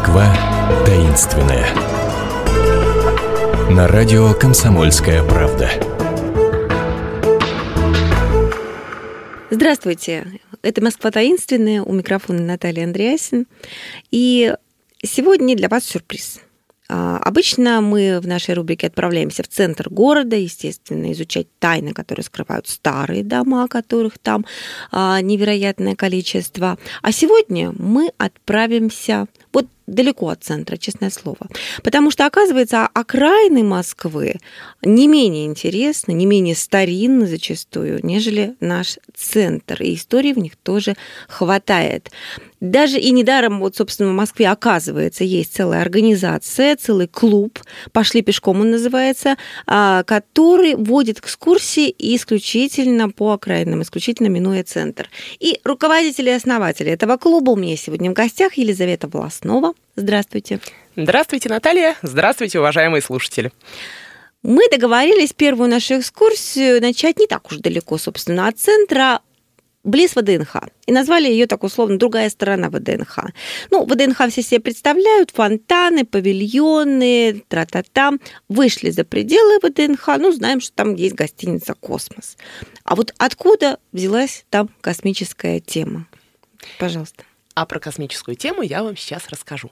Москва таинственная. На радио «Комсомольская правда». Здравствуйте, это «Москва таинственная», у микрофона Наталья Андреасин. И сегодня для вас сюрприз. Обычно мы в нашей рубрике отправляемся в центр города, естественно, изучать тайны, которые скрывают старые дома, которых там невероятное количество. А сегодня мы отправимся вот далеко от центра, честное слово. Потому что, оказывается, окраины Москвы не менее интересны, не менее старинны зачастую, нежели наш центр. И истории в них тоже хватает. Даже и недаром, вот, собственно, в Москве, оказывается, есть целая организация, целый клуб, «Пошли пешком» он называется, который водит экскурсии исключительно по окраинам, исключительно минуя центр. И руководитель и основатель этого клуба у меня сегодня в гостях Елизавета Волоснова. Здравствуйте. Здравствуйте, Наталья. Здравствуйте, уважаемые слушатели. Мы договорились первую нашу экскурсию начать не так уж далеко, собственно, от центра, близ ВДНХ. И назвали ее так условно «Другая сторона ВДНХ». Ну, ВДНХ все себе представляют, фонтаны, павильоны, тра-та-та. Вышли за пределы ВДНХ, ну, знаем, что там есть гостиница «Космос». А вот откуда взялась там космическая тема? Пожалуйста. А про космическую тему я вам сейчас расскажу.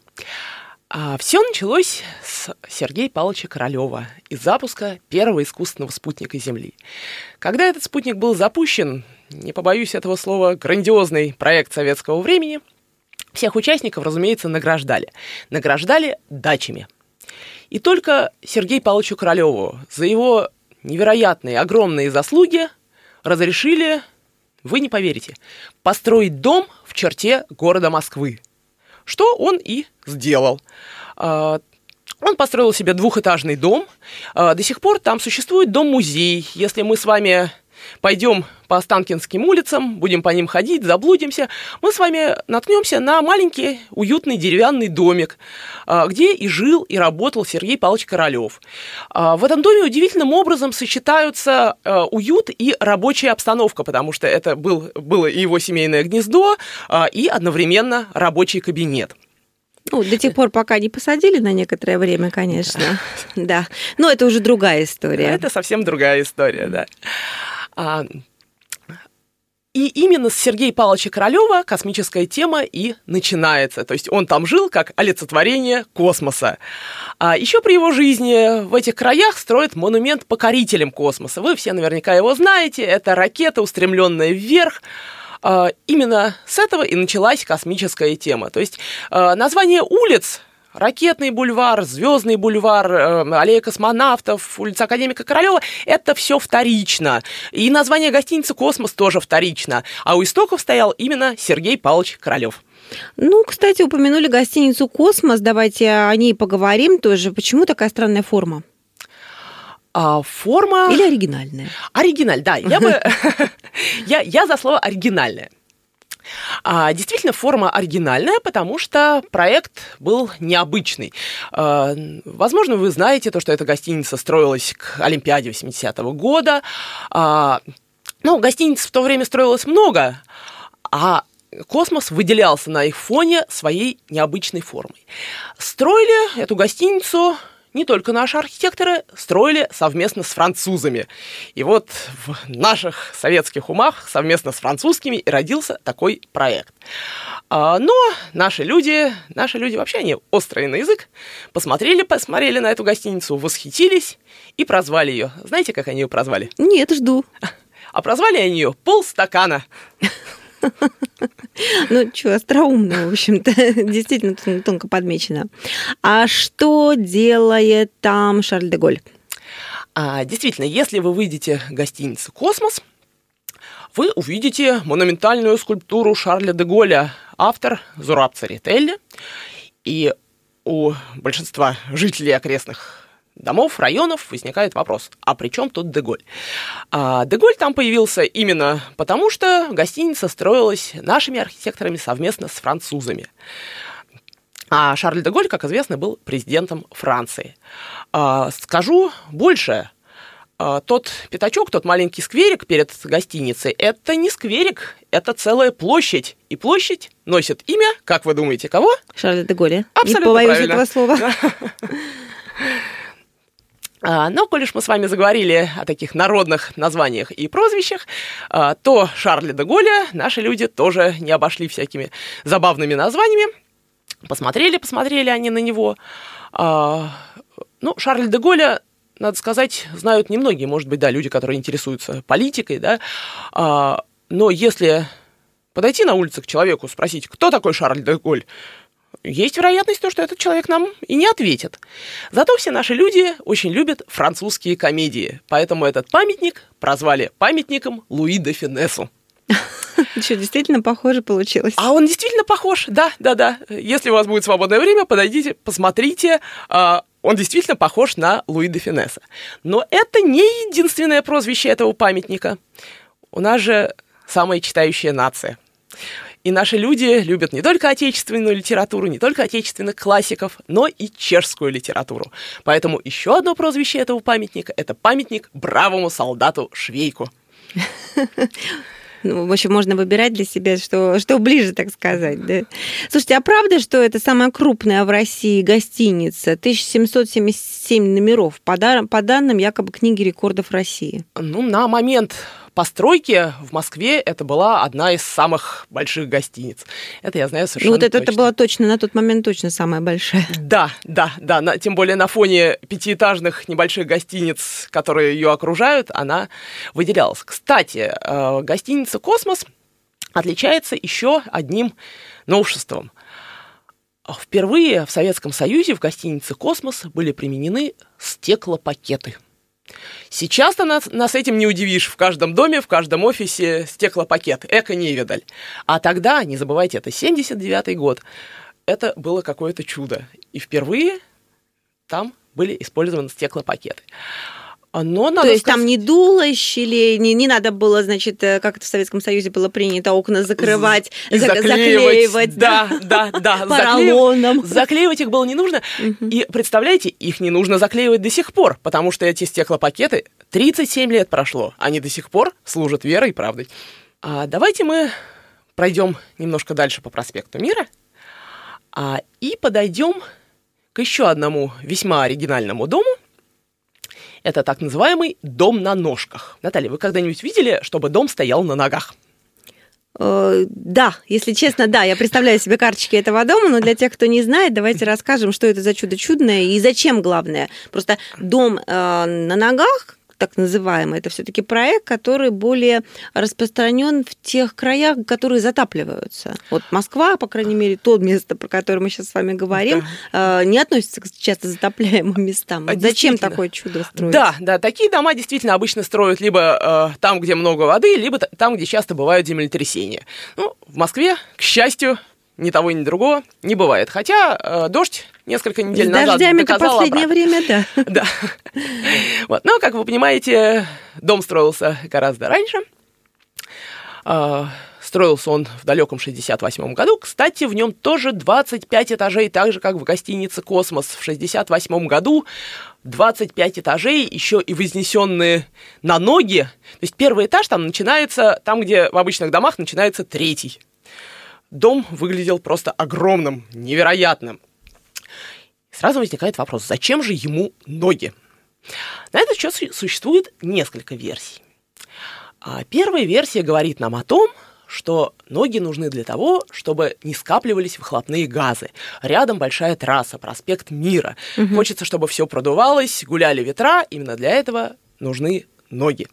Все началось с Сергея Павловича Королёва и запуска первого искусственного спутника Земли. Когда этот спутник был запущен, не побоюсь этого слова, грандиозный проект советского времени, всех участников, разумеется, награждали. Награждали дачами. И только Сергею Павловичу Королёву за его невероятные, огромные заслуги разрешили, вы не поверите, построить дом в черте города Москвы. Что он и сделал. Он построил себе двухэтажный дом. До сих пор там существует дом-музей. Если мы с вами пойдем по Останкинским улицам, будем по ним ходить, заблудимся, мы с вами наткнемся на маленький уютный деревянный домик, где и жил, и работал Сергей Павлович Королёв. В этом доме удивительным образом сочетаются уют и рабочая обстановка, потому что это было и его семейное гнездо, и одновременно рабочий кабинет. Ну, до тех пор, пока не посадили на некоторое время, конечно. Да. Но это уже другая история. Это совсем другая история, да. И именно с Сергея Павловича Королёва космическая тема и начинается. То есть он там жил как олицетворение космоса. Еще при его жизни в этих краях строят монумент покорителям космоса. Вы все наверняка его знаете. Это ракета, устремленная вверх. Именно с этого и началась космическая тема. То есть название улиц: Ракетный бульвар, Звездный бульвар, аллея космонавтов, улица Академика Королёва – это все вторично. И название гостиницы «Космос» тоже вторично. А у истоков стоял именно Сергей Павлович Королёв. Ну, кстати, упомянули гостиницу «Космос». Давайте о ней поговорим тоже. Почему такая странная форма? Форма... Или оригинальная? Оригинальная, да. Я за слово «оригинальная». Действительно, форма оригинальная, потому что проект был необычный. Возможно, вы знаете, что эта гостиница строилась к Олимпиаде 80-го года. Но гостиниц в то время строилось много, а «Космос» выделялся на их фоне своей необычной формой. Строили эту гостиницу не только наши архитекторы, строили совместно с французами. И вот в наших советских умах совместно с французскими и родился такой проект. Но наши люди вообще, они острые на язык, посмотрели на эту гостиницу, восхитились и прозвали ее. Знаете, как они ее прозвали? Нет, жду. А прозвали они ее «Полстакана». Ну, что, остроумно, в общем-то, действительно тонко подмечено. А что делает там Шарль де Голль? Действительно, если вы выйдете в гостиницу «Космос», вы увидите монументальную скульптуру Шарля де Голля, автор Зураб Церетели. И у большинства жителей окрестных домов, районов возникает вопрос: а при чем тут де Голль? Де Голль там появился именно потому, что гостиница строилась нашими архитекторами совместно с французами. А Шарль де Голль, как известно, был президентом Франции. Скажу больше. тот пятачок, тот маленький скверик перед гостиницей, это не скверик, это целая площадь. И площадь носит имя, как вы думаете, кого? Шарля де Голля. Абсолютно Не побоюсь правильно. этого слова. Но, коль уж мы с вами заговорили о таких народных названиях и прозвищах, то Шарля де Голля наши люди тоже не обошли всякими забавными названиями. Посмотрели они на него. Шарль де Голля, надо сказать, знают немногие, может быть, да, люди, которые интересуются политикой, да. Но если подойти на улице к человеку, спросить, кто такой Шарль де Голль, есть вероятность, что этот человек нам и не ответит. Зато все наши люди очень любят французские комедии, поэтому этот памятник прозвали памятником Луи де Фюнесу. Что, действительно похоже получилось? А он действительно похож, да. Если у вас будет свободное время, подойдите, посмотрите. Он действительно похож на Луи де Фюнеса. Но это не единственное прозвище этого памятника. У нас же самая читающая нация. И наши люди любят не только отечественную литературу, не только отечественных классиков, но и чешскую литературу. Поэтому еще одно прозвище этого памятника – это памятник бравому солдату Швейку. В общем, можно выбирать для себя, что ближе, так сказать. Да? Слушайте, а правда, что это самая крупная в России гостиница? 1777 номеров, по данным якобы книги рекордов России. На момент постройки в Москве это была одна из самых больших гостиниц. Это я знаю совершенно точно. Это была точно, на тот момент точно самая большая. Да, тем более на фоне пятиэтажных небольших гостиниц, которые ее окружают, она выделялась. Кстати, гостиница «Космос» отличается еще одним новшеством. Впервые в Советском Союзе в гостинице «Космос» были применены стеклопакеты. Сейчас-то нас этим не удивишь. В каждом доме, в каждом офисе стеклопакет. Эко-невидаль. А тогда, не забывайте, это 79-й год. Это было какое-то чудо. И впервые там были использованы стеклопакеты. То есть там не дуло щелей, не надо было, значит, как это в Советском Союзе было принято, окна закрывать, заклеивать. Да. Поролоном. Заклеивать их было не нужно. И, представляете, их не нужно заклеивать до сих пор, потому что эти стеклопакеты 37 лет прошло. Они до сих пор служат верой и правдой. Давайте мы пройдем немножко дальше по проспекту Мира и подойдем к еще одному весьма оригинальному дому. Это так называемый дом на ножках. Наталья, вы когда-нибудь видели, чтобы дом стоял на ногах? Да, если честно, да, я представляю себе карточки этого дома, но для тех, кто не знает, давайте расскажем, что это за чудо чудное и зачем, главное. Просто дом на ногах, так называемый, это все-таки проект, который более распространен в тех краях, которые затапливаются. Вот Москва, по крайней мере, то место, про которое мы сейчас с вами говорим, не относится к часто затопляемым местам. Зачем такое чудо строить? Да, такие дома действительно обычно строят либо там, где много воды, либо там, где часто бывают землетрясения. В Москве, к счастью, ни того, ни другого не бывает. Хотя дождь несколько недель назад доказал обратно. Последнее время, Да. Но, как вы понимаете, дом строился гораздо раньше. Строился он в далеком 68 году. Кстати, в нем тоже 25 этажей, так же, как в гостинице «Космос». В 68 году 25 этажей, еще и вознесенные на ноги. То есть первый этаж там начинается, там, где в обычных домах начинается третий. Дом выглядел просто огромным, невероятным. Сразу возникает вопрос, зачем же ему ноги? На этот счет существует несколько версий. Первая версия говорит нам о том, что ноги нужны для того, чтобы не скапливались выхлопные газы. Рядом большая трасса, проспект Мира. Хочется, чтобы все продувалось, гуляли ветра. Именно для этого нужны ноги.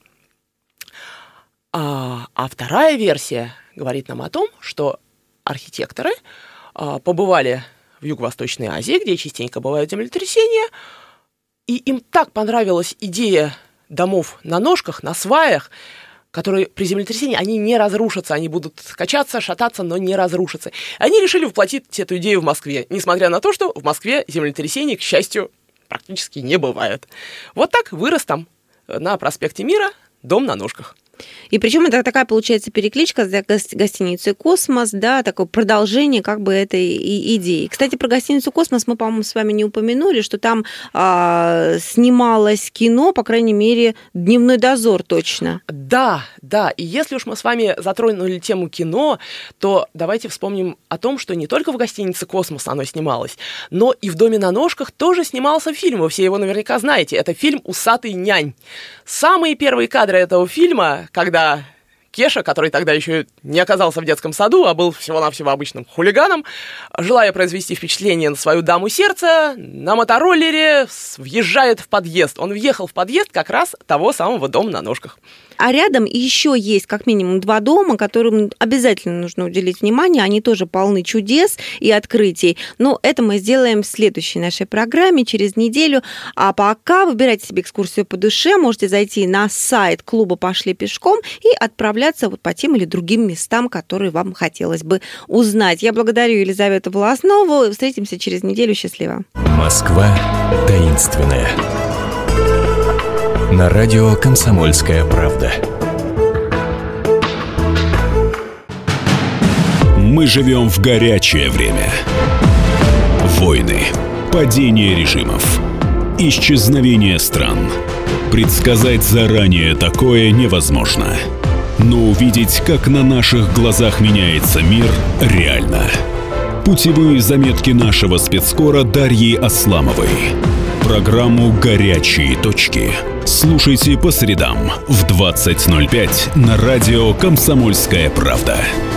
А вторая версия говорит нам о том, что архитекторы побывали в Юго-Восточной Азии, где частенько бывают землетрясения, и им так понравилась идея домов на ножках, на сваях, которые при землетрясении, они не разрушатся, они будут качаться, шататься, но не разрушатся. Они решили воплотить эту идею в Москве, несмотря на то, что в Москве землетрясений, к счастью, практически не бывает. Вот так вырос там на проспекте Мира дом на ножках. И причем это такая, получается, перекличка с гостиницей «Космос», да, такое продолжение как бы этой идеи. Кстати, про гостиницу «Космос» мы, по-моему, с вами не упомянули, что там снималось кино, по крайней мере, «Дневной дозор» точно. Да, и если уж мы с вами затронули тему кино, то давайте вспомним о том, что не только в гостинице «Космос» оно снималось, но и в «Доме на ножках» тоже снимался фильм, вы все его наверняка знаете. Это фильм «Усатый нянь». Самые первые кадры этого фильма, когда Кеша, который тогда еще не оказался в детском саду, а был всего-навсего обычным хулиганом, желая произвести впечатление на свою даму сердца, на мотороллере въезжает в подъезд. Он въехал в подъезд как раз того самого «Дома на ножках». А рядом еще есть как минимум 2 дома, которым обязательно нужно уделить внимание. Они тоже полны чудес и открытий. Но это мы сделаем в следующей нашей программе через неделю. А пока выбирайте себе экскурсию по душе. Можете зайти на сайт клуба «Пошли пешком» и отправляться вот по тем или другим местам, которые вам хотелось бы узнать. Я благодарю Елизавету Волоснову. Встретимся через неделю. Счастливо. Москва таинственная. На радио «Комсомольская правда». Мы живем в горячее время. Войны, падение режимов, исчезновение стран. Предсказать заранее такое невозможно. Но увидеть, как на наших глазах меняется мир, реально. Путевые заметки нашего спецкора Дарьи Асламовой. Программу «Горячие точки» слушайте по средам в 20:05 на радио «Комсомольская правда».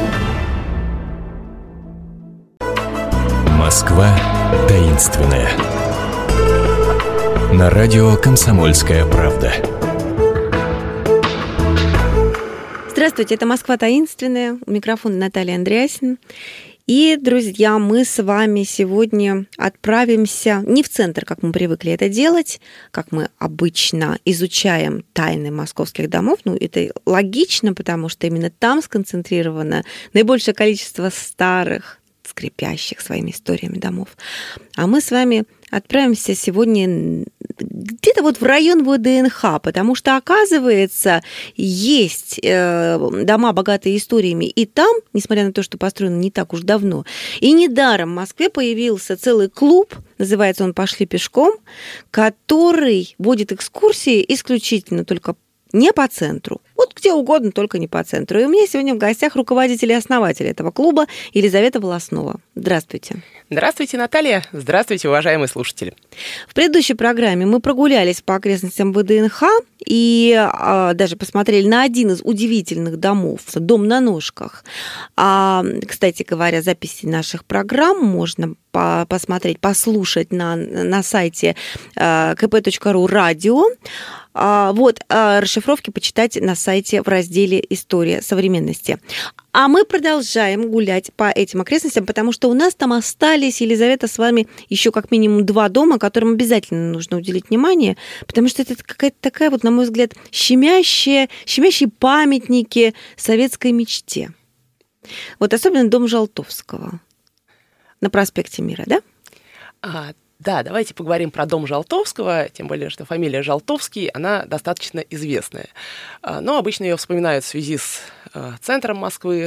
Москва таинственная. На радио «Комсомольская правда». Здравствуйте, это «Москва таинственная». У микрофона Наталья Андреасин. И, друзья, мы с вами сегодня отправимся не в центр, как мы привыкли это делать, как мы обычно изучаем тайны московских домов. Ну, это логично, потому что именно там сконцентрировано наибольшее количество старых, скрипящих своими историями домов. А мы с вами отправимся сегодня где-то вот в район ВДНХ, потому что, оказывается, есть дома, богатые историями и там, несмотря на то, что построены не так уж давно. И недаром в Москве появился целый клуб, называется он «Пошли пешком», который водит экскурсии исключительно только не по центру. Вот где угодно, только не по центру. И у меня сегодня в гостях руководитель и основатель этого клуба Елизавета Волоснова. Здравствуйте. Здравствуйте, Наталья. Здравствуйте, уважаемые слушатели. В предыдущей программе мы прогулялись по окрестностям ВДНХ и даже посмотрели на один из удивительных домов, «Дом на ножках». Кстати говоря, записи наших программ можно посмотреть, послушать на сайте kp.ru радио. Расшифровки почитать на сайте в разделе «История современности». А мы продолжаем гулять по этим окрестностям, потому что у нас там остались, Елизавета, с вами еще как минимум 2 дома, которым обязательно нужно уделить внимание, потому что это какая-то такая, вот, на мой взгляд, щемящие памятники советской мечте. Вот особенно дом Жолтовского на проспекте Мира, да? Да, давайте поговорим про дом Жолтовского, тем более, что фамилия Жолтовский, она достаточно известная. Но обычно ее вспоминают в связи с центром Москвы,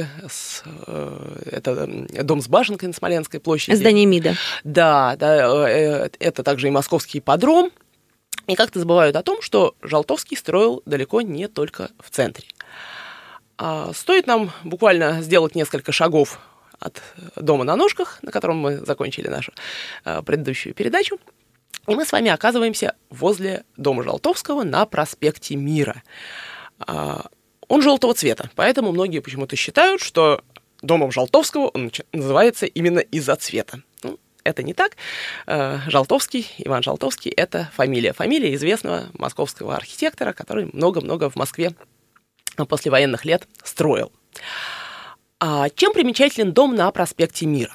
это дом с башенкой на Смоленской площади. Здание МИДа. Да, это также и московский ипподром. И как-то забывают о том, что Жолтовский строил далеко не только в центре. Стоит нам буквально сделать несколько шагов от дома на ножках, на котором мы закончили нашу предыдущую передачу, и мы с вами оказываемся возле дома Жолтовского на проспекте Мира. Он желтого цвета, поэтому многие почему-то считают, что домом Жолтовского он называется именно из-за цвета. Это не так. Жолтовский, Иван Жолтовский – это фамилия известного московского архитектора, который много-много в Москве после военных лет строил. Чем примечателен дом на проспекте Мира?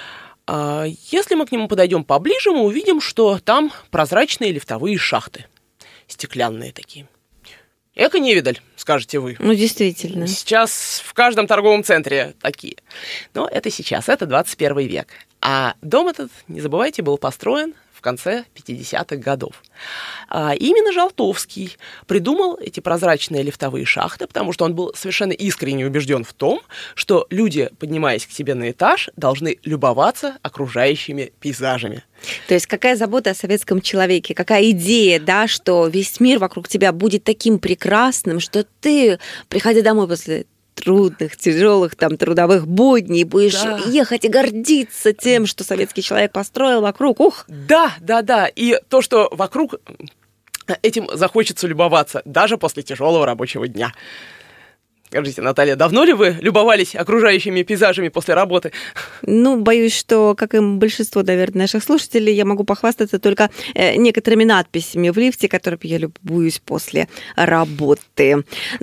Если мы к нему подойдем поближе, мы увидим, что там прозрачные лифтовые шахты. Стеклянные такие. Эко-невидаль, скажете вы. Ну, действительно. Сейчас в каждом торговом центре такие. Но это сейчас, это 21 век. А дом этот, не забывайте, был построен в конце 50-х годов. Именно Жолтовский придумал эти прозрачные лифтовые шахты, потому что он был совершенно искренне убежден в том, что люди, поднимаясь к себе на этаж, должны любоваться окружающими пейзажами. То есть какая забота о советском человеке, какая идея, да, что весь мир вокруг тебя будет таким прекрасным, что ты, приходя домой после трудных, тяжелых трудовых будней, будешь ехать и гордиться тем, что советский человек построил вокруг. Ух! Да. И то, что вокруг, этим захочется любоваться даже после тяжелого рабочего дня. Скажите, Наталья, давно ли вы любовались окружающими пейзажами после работы? Боюсь, что, как и большинство, наверное, наших слушателей, я могу похвастаться только некоторыми надписями в лифте, которыми я любуюсь после работы.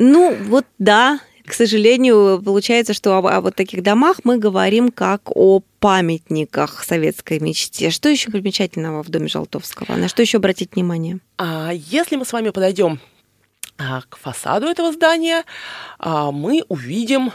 К сожалению, получается, что о вот таких домах мы говорим как о памятниках советской мечте. Что еще примечательного в доме Жолтовского? На что еще обратить внимание? Если мы с вами подойдем к фасаду этого здания, мы увидим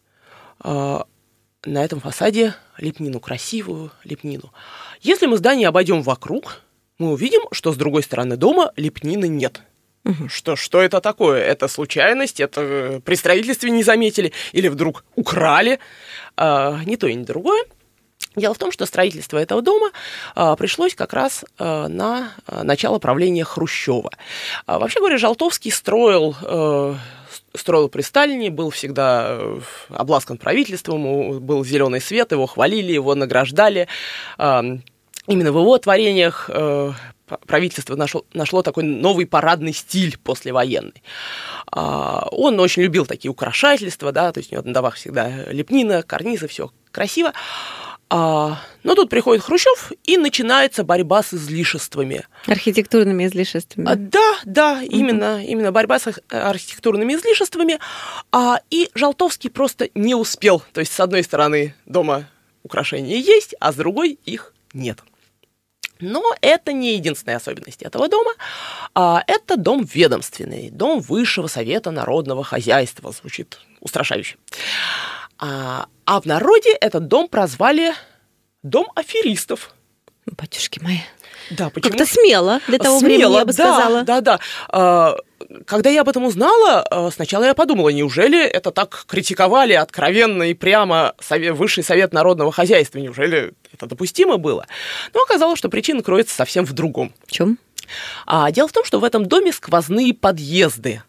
на этом фасаде лепнину, красивую лепнину. Если мы здание обойдем вокруг, мы увидим, что с другой стороны дома лепнины нет. Что это такое? Это случайность? Это при строительстве не заметили? Или вдруг украли? Ни то и ни другое. Дело в том, что строительство этого дома пришлось как раз на начало правления Хрущева. Вообще говоря, Жолтовский строил при Сталине, был всегда обласкан правительством, был зеленый свет, его хвалили, его награждали. Именно в его творениях правительство нашло такой новый парадный стиль послевоенный. Он очень любил такие украшательства, да, то есть у него на домах всегда лепнина, карнизы, все красиво. Но тут приходит Хрущев, и начинается борьба с излишествами. Архитектурными излишествами. Да, именно борьба с архитектурными излишествами. И Жолтовский просто не успел. То есть, с одной стороны, дома украшения есть, а с другой их нет. Но это не единственная особенность этого дома. Это дом ведомственный, дом Высшего Совета Народного Хозяйства. Звучит устрашающе. А в народе этот дом прозвали «Дом аферистов». Батюшки мои. Да, почему? Как-то смело для того времени, я бы сказала. Да. Когда я об этом узнала, сначала я подумала, неужели это так критиковали откровенно и прямо Высший Совет Народного Хозяйства? Неужели это допустимо было? Но оказалось, что причина кроется совсем в другом. В чем? Дело в том, что в этом доме сквозные подъезды.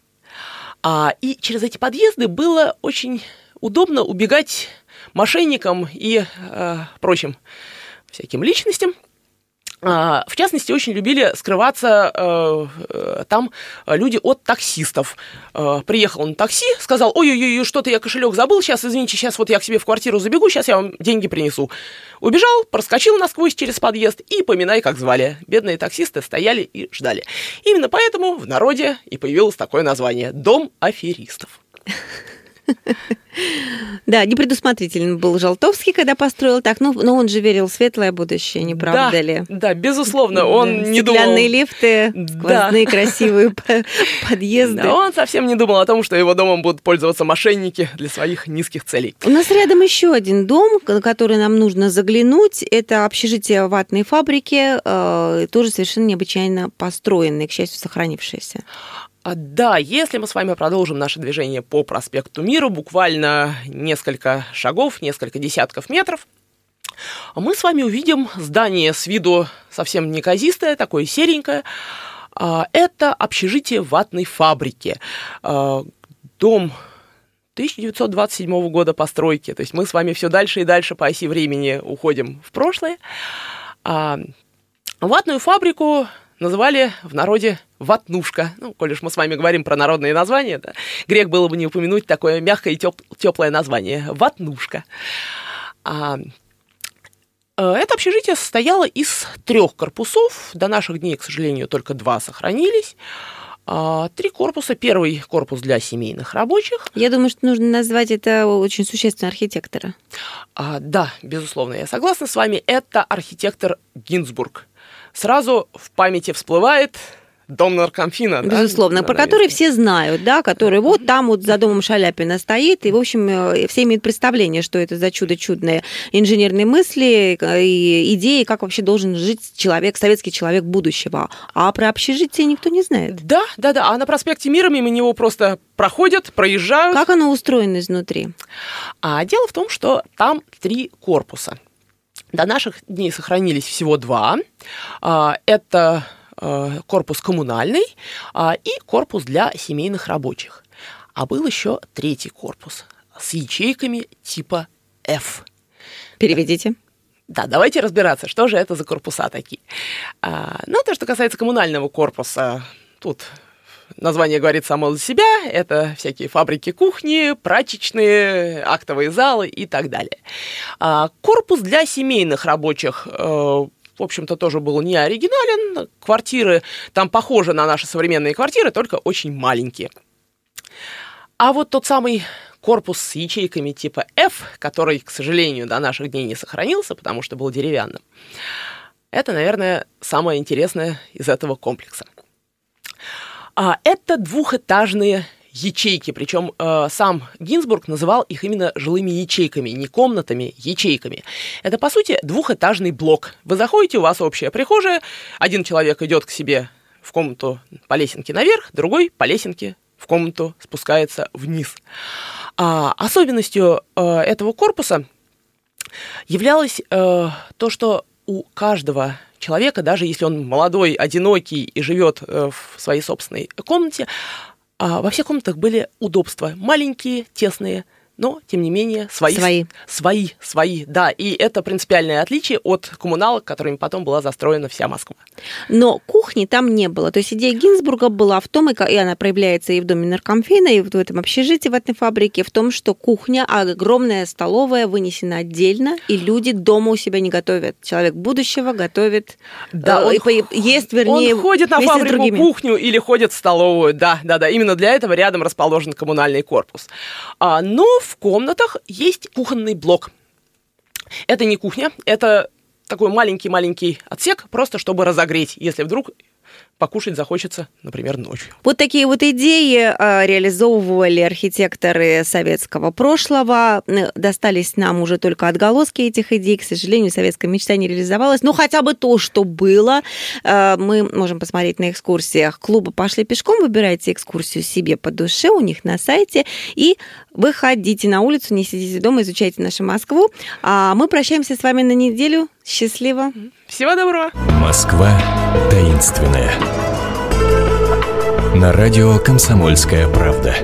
И через эти подъезды было очень удобно убегать мошенникам и прочим всяким личностям. В частности, очень любили скрываться там люди от таксистов. Приехал на такси, сказал: ой-ой-ой, что-то я кошелек забыл, сейчас, извините, сейчас вот я к себе в квартиру забегу, сейчас я вам деньги принесу. Убежал, проскочил насквозь через подъезд и поминай, как звали. Бедные таксисты стояли и ждали. Именно поэтому в народе и появилось такое название – «Дом аферистов». Да, непредусмотрительный был Жолтовский, когда построил так, но он же верил в светлое будущее, не правда ли? Да, безусловно, он не думал... Стеклянные лифты, сквозные красивые подъезды. Да, он совсем не думал о том, что его домом будут пользоваться мошенники для своих низких целей. У нас рядом еще один дом, на который нам нужно заглянуть. Это общежитие ватной фабрики, тоже совершенно необычайно построенное, к счастью, сохранившееся. Да, если мы с вами продолжим наше движение по проспекту Мира, буквально несколько шагов, несколько десятков метров, мы с вами увидим здание с виду совсем неказистое, такое серенькое. Это общежитие ватной фабрики. Дом 1927 года постройки. То есть мы с вами все дальше и дальше по оси времени уходим в прошлое. Ватную фабрику называли в народе «ватнушка». Коль уж мы с вами говорим про народные названия, да, грех было бы не упомянуть такое мягкое и теплое название – «ватнушка». Это общежитие состояло из 3 корпусов. До наших дней, к сожалению, только 2 сохранились. 3 корпуса. Первый корпус для семейных рабочих. Я думаю, что нужно назвать это очень существенно архитектора. Да, безусловно, я согласна с вами. Это архитектор Гинзбург. Сразу в памяти всплывает дом наркомфина. Безусловно, да? Про который все знают, да, который вот там вот за домом Шаляпина стоит, и, в общем, все имеют представление, что это за чудо-чудные инженерные мысли и идеи, как вообще должен жить человек, советский человек будущего. А про общежитие никто не знает. Да. А на проспекте Мира мимо него просто проходят, проезжают. Как оно устроено изнутри? А дело в том, что там 3 корпуса. До наших дней сохранились всего 2. Это корпус коммунальный и корпус для семейных рабочих. А был еще 3-й корпус с ячейками типа F. Переведите. Да, давайте разбираться, что же это за корпуса такие. То, что касается коммунального корпуса, тут название говорит само за себя. Это всякие фабрики, кухни, прачечные, актовые залы и так далее. Корпус для семейных рабочих, в общем-то, тоже был не оригинален. Квартиры там похожи на наши современные квартиры, только очень маленькие. А вот тот самый корпус с ячейками типа F, который, к сожалению, до наших дней не сохранился, потому что был деревянным, это, наверное, самое интересное из этого комплекса. Это 2-этажные ячейки, причем сам Гинзбург называл их именно жилыми ячейками, не комнатами, ячейками. Это, по сути, 2-этажный блок. Вы заходите, у вас общая прихожая, один человек идет к себе в комнату по лесенке наверх, другой по лесенке в комнату спускается вниз. Особенностью этого корпуса являлось то, что у каждого человека, даже если он молодой, одинокий и живет в своей собственной комнате, во всех комнатах были удобства. Маленькие, тесные, но, тем не менее, свои, да. И это принципиальное отличие от коммуналок, которыми потом была застроена вся Москва. Но кухни там не было. То есть идея Гинзбурга была в том, и она проявляется и в доме наркомфина, и в этом общежитии, в этой фабрике, в том, что кухня, огромная столовая, вынесена отдельно, и люди дома у себя не готовят. Человек будущего готовит, ест, вернее, он ходит на фабрику, кухню или ходит в столовую. Да. Именно для этого рядом расположен коммунальный корпус. Но в комнатах есть кухонный блок. Это не кухня, это такой маленький-маленький отсек, просто чтобы разогреть, если вдруг покушать захочется, например, ночью. Вот такие вот идеи реализовывали архитекторы советского прошлого. Достались нам уже только отголоски этих идей. К сожалению, советская мечта не реализовалась. Но хотя бы то, что было, мы можем посмотреть на экскурсиях клуба «Пошли пешком». Выбирайте экскурсию себе по душе у них на сайте и выходите на улицу, не сидите дома, изучайте нашу Москву. А мы прощаемся с вами на неделю. Счастливо. Всего доброго. Москва таинственная. На радио «Комсомольская правда».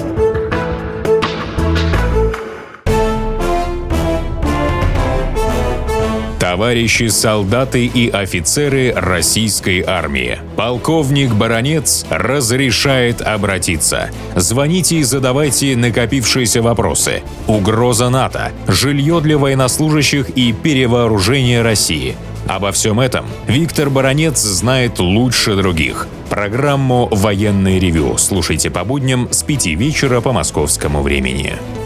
Товарищи солдаты и офицеры российской армии. Полковник Баранец разрешает обратиться. Звоните и задавайте накопившиеся вопросы. Угроза НАТО, жилье для военнослужащих и перевооружение России. Обо всем этом Виктор Баранец знает лучше других. Программу «Военное ревю» слушайте по будням с 5 вечера по московскому времени.